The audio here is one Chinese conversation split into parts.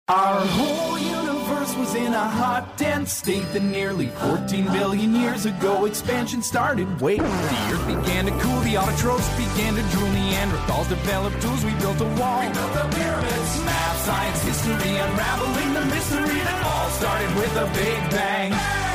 Our whole universe was in a hot, dense state that nearly 14 billion years ago expansion started. Wait, the earth began to cool, the autotrophs began to drool, Neanderthals developed tools, we built a wall. We built the pyramids. Math, science, history, unraveling the mystery that all started with a big bang.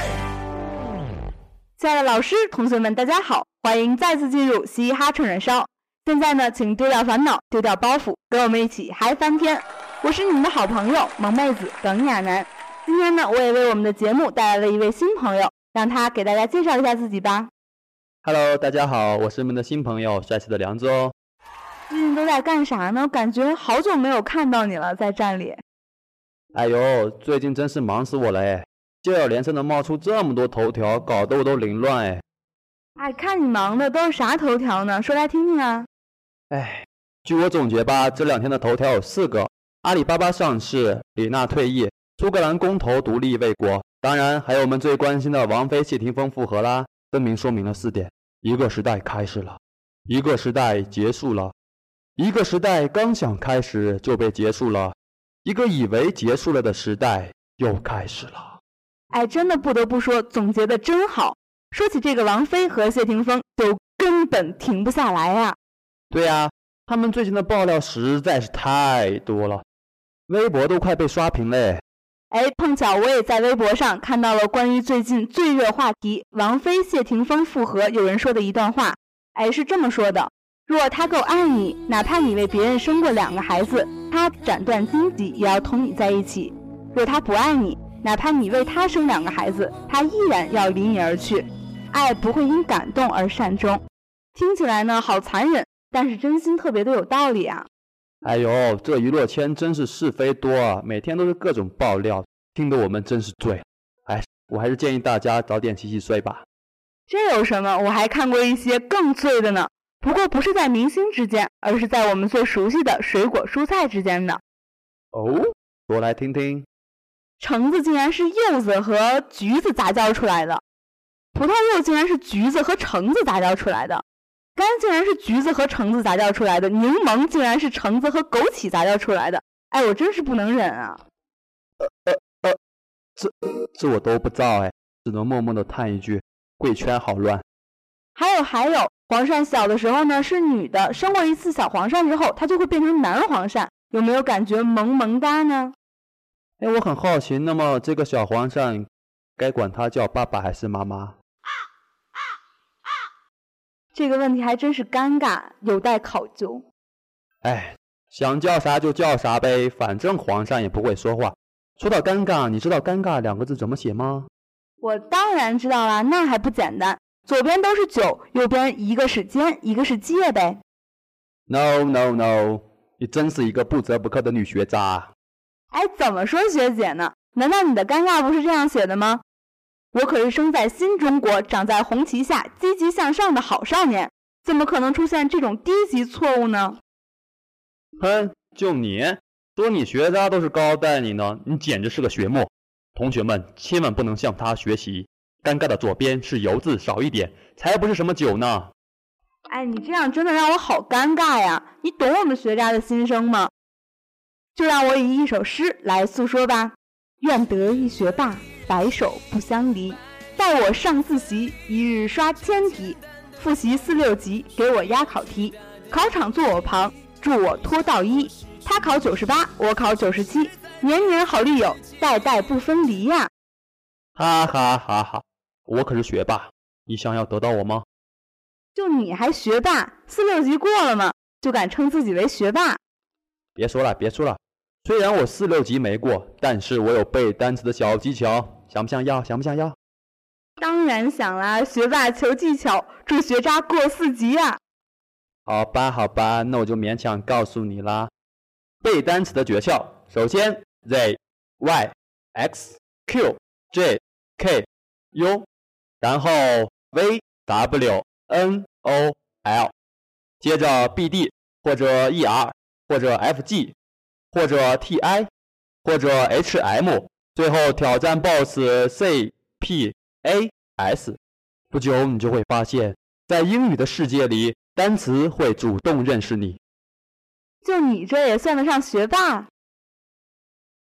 亲爱的老师、同学们，大家好，欢迎再次进入嘻哈成人烧。现在呢，请丢掉烦恼，丢掉包袱，跟我们一起嗨翻天。我是你们的好朋友萌妹子耿亚楠。今天呢，我也为我们的节目带来了一位新朋友，让他给大家介绍一下自己吧。 Hello， 大家好，我是你们的新朋友帅气的梁子哦。 最近都在干啥呢？感觉好久没有看到你了，在站里。 哎呦，最近真是忙死我了哎，接二连三的冒出这么多头条，搞得我都凌乱哎。 哎，看你忙的都是啥头条呢？说来听听啊。 哎，据我总结吧，这2天的头条有4个：阿里巴巴上市，李娜退役，苏格兰公投独立卫国，当然还有我们最关心的王菲谢霆锋复合啦。分明说明了4点：一个时代开始了，一个时代结束了，一个时代刚想开始就被结束了，一个以为结束了的时代又开始了。 哎，真的不得不说，总结的真好。说起这个王菲和谢霆锋，就根本停不下来呀。 对呀，他们最近的爆料实在是太多了，微博都快被刷屏嘞。 哎，碰巧我也在微博上看到了关于最近最热话题王菲谢霆锋复合有人说的一段话。哎，是这么说的：若他够爱你，哪怕你为别人生过2个孩子，他斩断荆棘也要同你在一起；若他不爱你，哪怕你为他生2个孩子，他依然要离你而去。爱不会因感动而善终。听起来呢好残忍，但是真心特别的有道理啊。 哎呦，这娱乐圈真是是非多啊，每天都是各种爆料，听得我们真是醉。哎，我还是建议大家早点洗洗睡吧。 这有什么？我还看过一些更醉的呢，不过不是在明星之间，而是在我们最熟悉的水果蔬菜之间的。 哦，说来听听。 橙子竟然是柚子和橘子杂交出来的，葡萄柚竟然是橘子和橙子杂交出来的，柑竟然是橘子和橙子杂交出来的，柠檬竟然是橙子和枸杞杂交出来的。哎，我真是不能忍啊！ 这我都不知道哎，只能默默的叹一句：贵圈好乱。 还有，黄鳝小的时候呢是女的，生过一次小黄鳝之后，它就会变成男黄鳝，有没有感觉萌萌哒呢？ 哎，我很好奇，那么这个小黄鳝该管它叫爸爸还是妈妈？ 这个问题还真是尴尬，有待考究。 哎，想叫啥就叫啥呗，反正黄鳝也不会说话。说到尴尬，你知道尴尬2个字怎么写吗？ 我当然知道啦，那还不简单，左边都是9，右边一个是尖，一个是戒呗。 No， 你真是一个不折不扣的女学渣。 哎，怎么说学姐呢？难道你的尴尬不是这样写的吗？我可是生在新中国，长在红旗下，积极向上的好少年，怎么可能出现这种低级错误呢？ 哼，就你说你学渣都是高待你呢，你简直是个学沫。同学们千万不能向他学习，尴尬的左边是油字少一点，才不是什么酒呢。 哎，你这样真的让我好尴尬呀！你懂我们学渣的心声吗？就让我以一首诗来诉说吧。愿得一学霸，白首不相离。待我上自习，一日刷1000题。复习4、6级，给我压考题。考场坐我旁，助我脱道衣。他考98，我考97，年年好丽友，代代不分离呀！ 哈哈哈哈！我可是学霸，你想要得到我吗？ 就你还学霸？4、6级过了吗？就敢称自己为学霸？ 别说了，虽然我4、6级没过，但是我有背单词的小技巧，想不想要？ 当然想啦，学霸求技巧，祝学渣过4级啊！ 好吧，那我就勉强告诉你啦。背单词的诀窍，首先 Z Y X Q J K U， 然后 V W N O L， 接着 B D 或者 E R 或者 F G 或者 T I 或者 H M， 最后挑战 BOSS C P A S。 不久你就会发现，在英语的世界里，单词会主动认识你。 就你这也算得上学霸？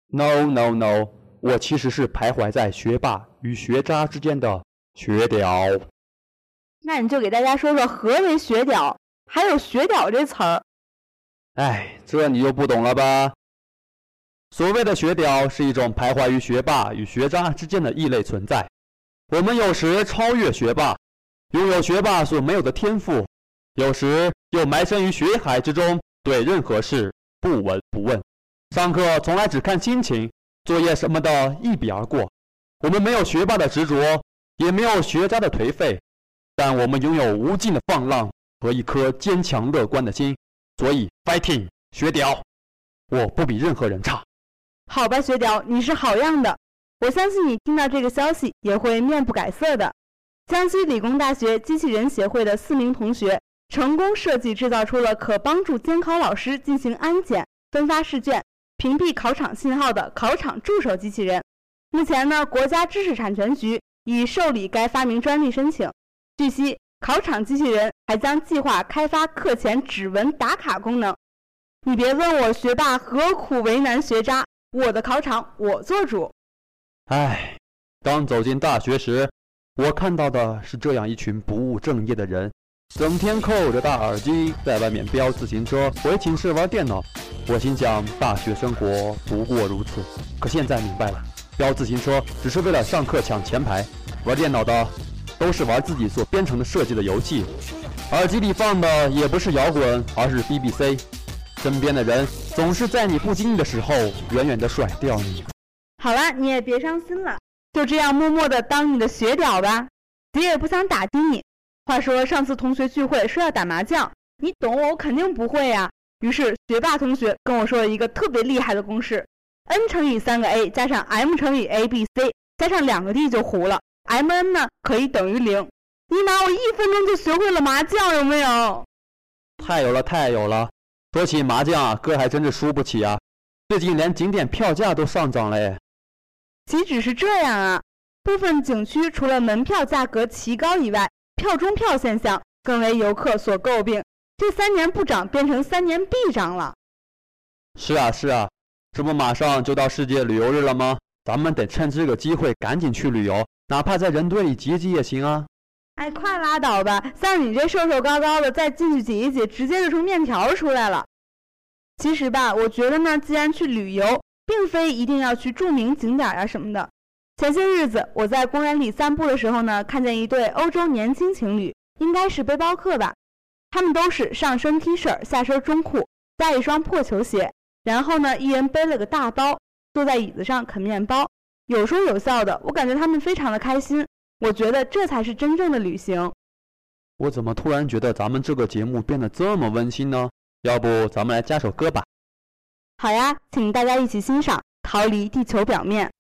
No no no， 我其实是徘徊在学霸与学渣之间的学屌。 那你就给大家说说何为学屌，还有学屌这词儿。 哎，这你就不懂了吧？所谓的学屌是一种徘徊于学霸与学渣之间的异类存在。我们有时超越学霸，拥有学霸所没有的天赋，有时又埋身于学海之中，对任何事不闻不问。上课从来只看心情，作业什么的一笔而过。我们没有学霸的执着，也没有学渣的颓废，但我们拥有无尽的放浪和一颗坚强乐观的心。所以 fighting 学屌，我不比任何人差。 好吧，学屌，你是好样的。我相信你听到这个消息也会面不改色的。江西理工大学机器人协会的4名同学成功设计制造出了可帮助监考老师进行安检、分发试卷、屏蔽考场信号的考场助手机器人。目前呢，国家知识产权局已受理该发明专利申请。据悉，考场机器人还将计划开发课前指纹打卡功能。你别问我学霸何苦为难学渣，我的考场我做主。 唉，刚走进大学时，我看到的是这样一群不务正业的人，整天扣着大耳机，在外面飙自行车，回寝室玩电脑。我心想，大学生活不过如此。可现在明白了，飙自行车只是为了上课抢前排，玩电脑的都是玩自己所编程的设计的游戏，耳机里放的也不是摇滚，而是 BBC。身边的人总是在你不经意的时候，远远地甩掉你。 好了，你也别伤心了，就这样默默地当你的学屌吧。姐也不想打击你。话说上次同学聚会说要打麻将，你懂我肯定不会呀。于是学霸同学跟我说了一个特别厉害的公式 ：n 乘以3个 a 加上 m 乘以 abc 加上2个 d 就糊了。mn 呢可以等于0。尼玛，我1分钟就学会了麻将，有没有？ 太有了，太有了！说起麻将啊，哥还真是输不起啊！最近连景点票价都上涨了耶。 岂止是这样啊！部分景区除了门票价格奇高以外，票中票现象更为游客所诟病。这3年不涨变成3年必涨了。 是啊是啊，这不马上就到世界旅游日了吗？咱们得趁这个机会赶紧去旅游，哪怕在人堆里挤挤也行啊。 哎，快拉倒吧！像你这瘦瘦高高的，再进去挤一挤，直接就成面条出来了。其实吧，我觉得呢，既然去旅游，并非一定要去著名景点啊什么的。前些日子我在公园里散步的时候呢，看见一对欧洲年轻情侣，应该是背包客吧。他们都是上身 T 恤，下身中裤，加一双破球鞋，然后呢，一人背了个大包，坐在椅子上啃面包，有说有笑的。我感觉他们非常的开心，我觉得这才是真正的旅行。 我怎么突然觉得咱们这个节目变得这么温馨呢？要不咱们来加首歌吧。 好呀，请大家一起欣赏《逃离地球表面》。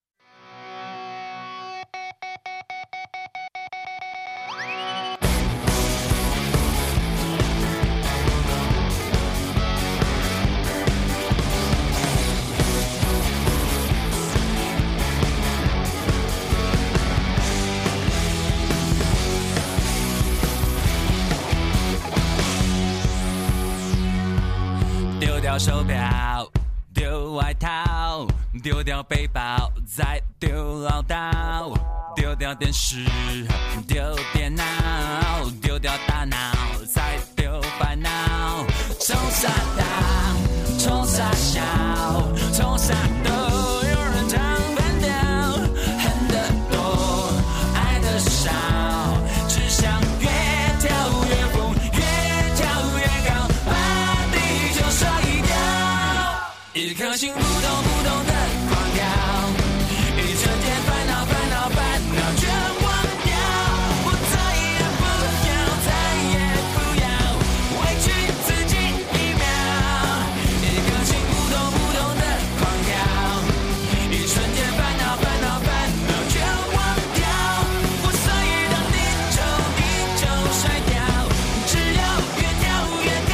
丢掉手表，丢外套，丢掉背包，再丢唠叨，丢掉电视，丢电脑，丢掉大脑，再丢烦恼。冲啥大，冲啥小，冲啥都有人唱反调，恨得多，爱得少，只想越跳越疯，越跳越高，把地球甩掉。一颗心扑通扑通的狂跳，一瞬间烦恼烦恼烦恼全忘掉。我再也不要，再也不要委屈自己1秒。一颗心扑通扑通的狂跳，一瞬间烦恼烦恼烦恼全忘掉。我所以让地球甩掉，只要越跳越高。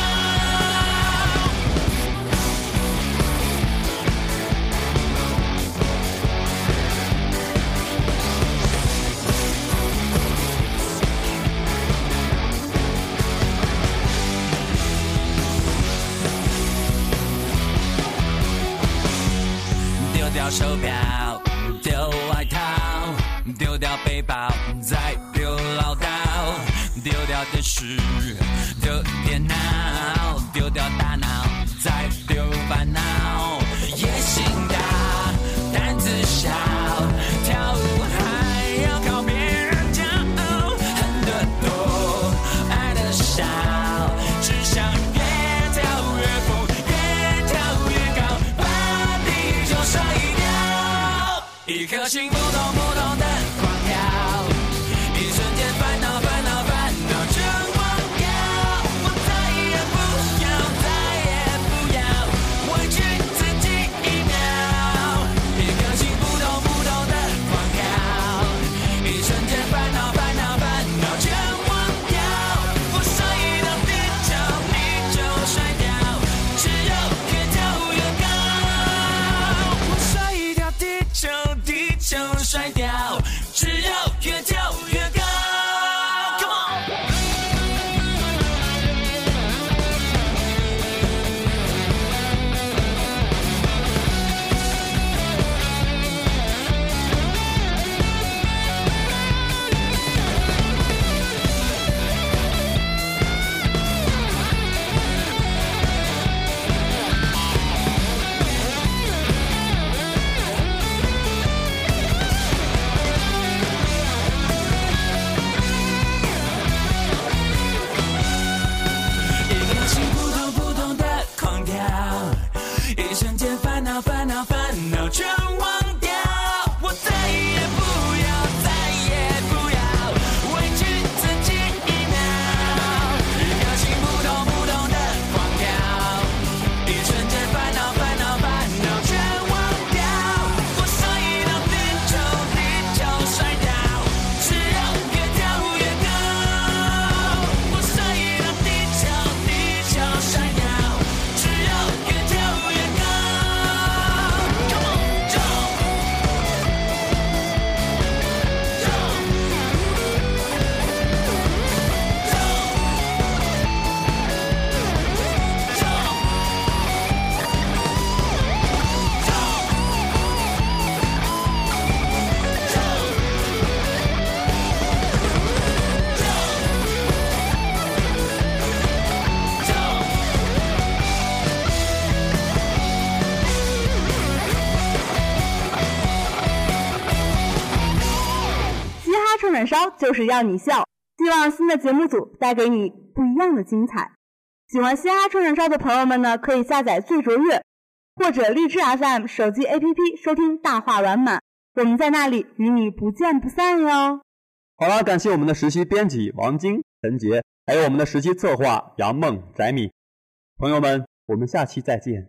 手表，丢外套，丢掉背包，再丢唠叨，丢掉电视，丢电脑，丢掉大脑，再丢烦恼。野心大，胆子小，跳舞还要靠别人骄傲，恨得多，爱得少，只想越跳越疯，越跳越高，把地球甩掉。一颗心扑通扑通的狂跳，一瞬间烦恼烦恼烦恼全忘掉，我再也不要再也不要委屈自己一秒。一颗心扑通扑通的狂跳，一瞬间烦恼烦恼烦恼全忘掉，我甩到地球地球甩掉，只有越跳越高。我甩掉地球地球甩掉，只有越跳越高。Come on！一颗心扑通扑通的狂跳，一瞬间烦恼烦恼烦恼全忘掉，我再也不要再也不要委屈自己一秒。一颗心扑通扑通的狂跳，一瞬间烦恼烦恼烦恼全忘掉，我甩到地球地球甩掉，只有越跳越高。我甩到地球地球甩掉，只有越跳越高。Come on， jump， 嘻哈串串烧就是要你笑，希望新的节目组带给你不一样的精彩。喜欢嘻哈串串烧的朋友们呢，可以下载最卓越或者荔枝 FM 手机 APP 收听大话完满，我们在那里与你不见不散哟。 好了，感谢我们的实习编辑王晶、陈杰，还有我们的实习策划杨梦、翟米。朋友们，我们下期再见。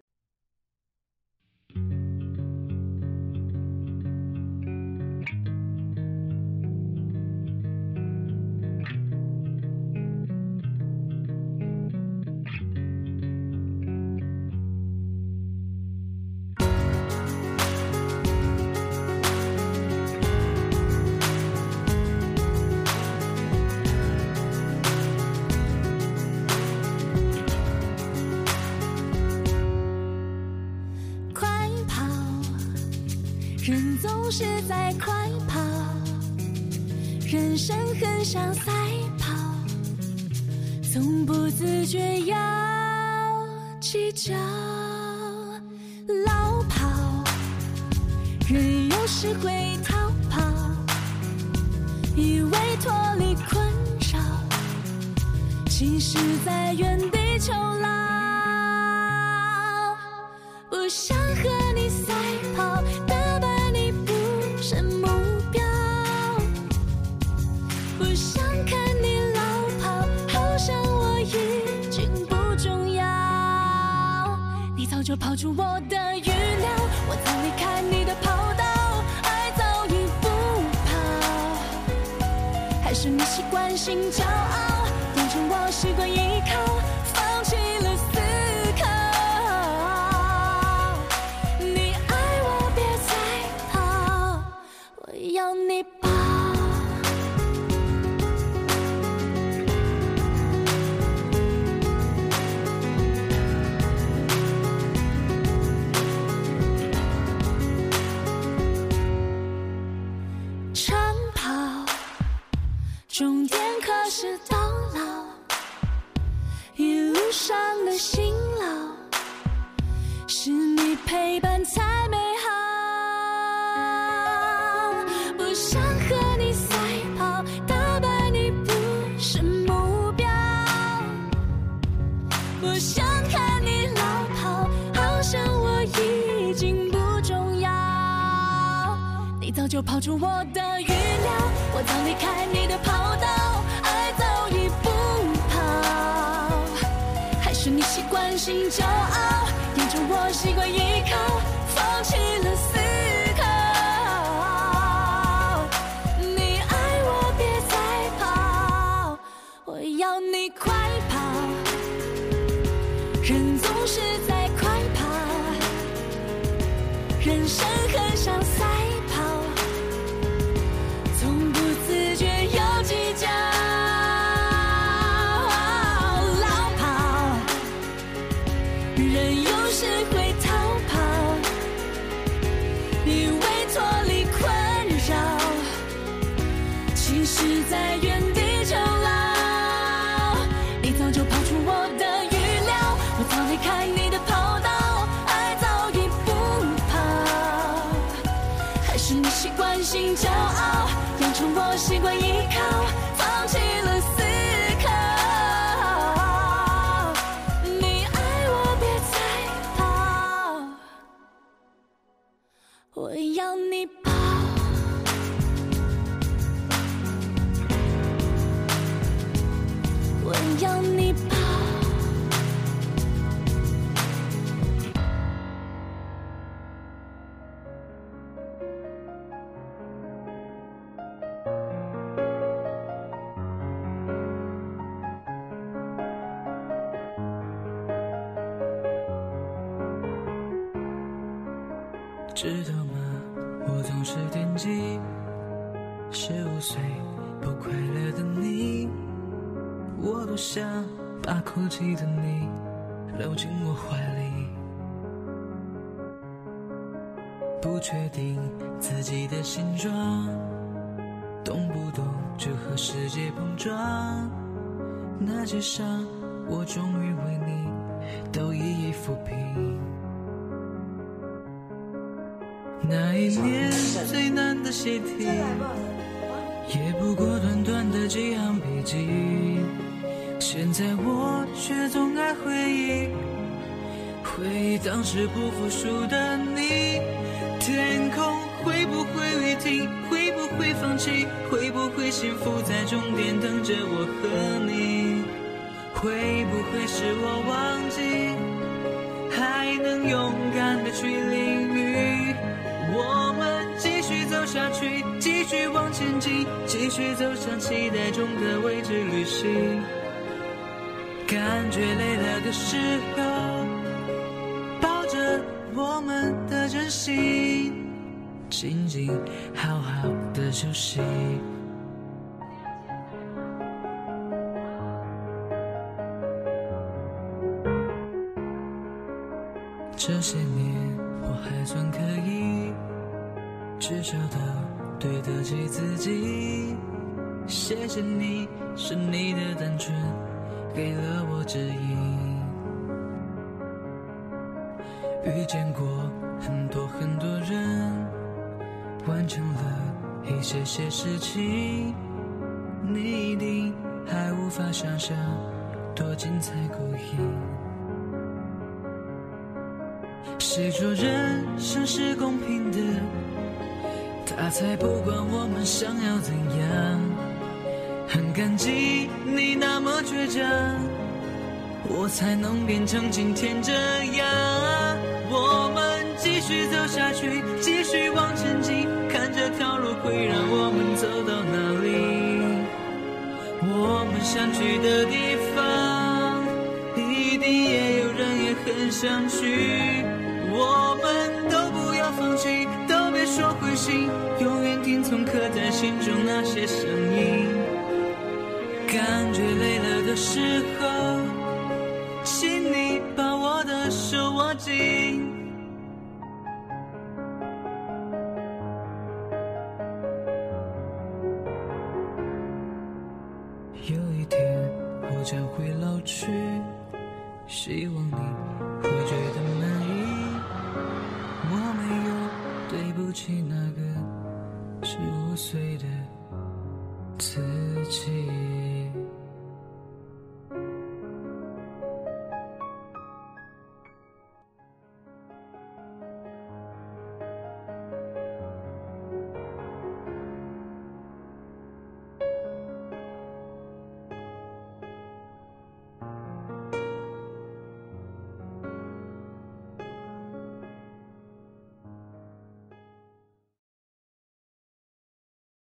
人总是在快跑，人生很像赛跑，从不自觉要计较。老跑，人有时会逃跑，以为脱离困扰，其实在原地囚牢。不想和你赛跑，打败你不是目标，不想看你老跑，好像我已经不重要。你早就跑出我的预料，我早离开你的跑道，爱早已不跑，还是你习惯性骄傲，变成我习惯依靠，放弃了思考。你爱我别再跑，我要你跑。 终点可是到老，一路上的辛劳，是你陪伴才美好。不想和你赛跑，打败你不是目标，不想看你老跑，好像我已经不重要。你早就跑出我的预料，我早离开你的跑道，爱早已不跑。还是你习惯性骄傲，养成我习惯依靠，放弃了思考。你爱我别再跑，我要你快跑。人总是在快跑，人生很像赛跑，从不自觉有计较。老跑，人有时会逃跑，以为脱离困扰，其实在原地囚牢。你早就跑出我的预料，我早离开你的跑道，爱早已不跑。还是你习惯性骄傲，养成我习惯依靠，放弃了思考。你爱我别再跑，我要你跑。我要你跑。 知道吗？我总是惦记15岁不快乐的你，我多想把哭泣的你搂进我怀里，不确定自己的形状，动不动就和世界碰撞，那些伤我终于为你都一一抚平。那一年最难的习题，也不过短短的几行笔记，现在我却总爱回忆，回忆当时不服输的你。天空会不会雨停，会不会放弃，会不会幸福在终点等着我和你，会不会是我忘记，还能勇敢的去淋雨。我们继续走下去，继续往前进，继续走向期待中的未知旅行。感觉累了的时候，抱着我们的真心，静静好好的休息。这些年我还算可以，至少都对得起自己。谢谢你，是你的单纯给了我指引。遇见过很多很多人，完成了一些些事情，你一定还无法想象多精彩过瘾。谁说人生是公平的？他才不管我们想要怎样。很感激你那么倔强，我才能变成今天这样。我们继续走下去，继续往前进，看这条路会让我们走到哪里。我们想去的地方，一定也有人也很想去。我们都不要放弃，都别说灰心，永远听从刻在心中那些声音。感觉累了的时候，请你把我的手握紧。 将会老去，希望你会觉得满意。我没有对不起那个15岁的自己。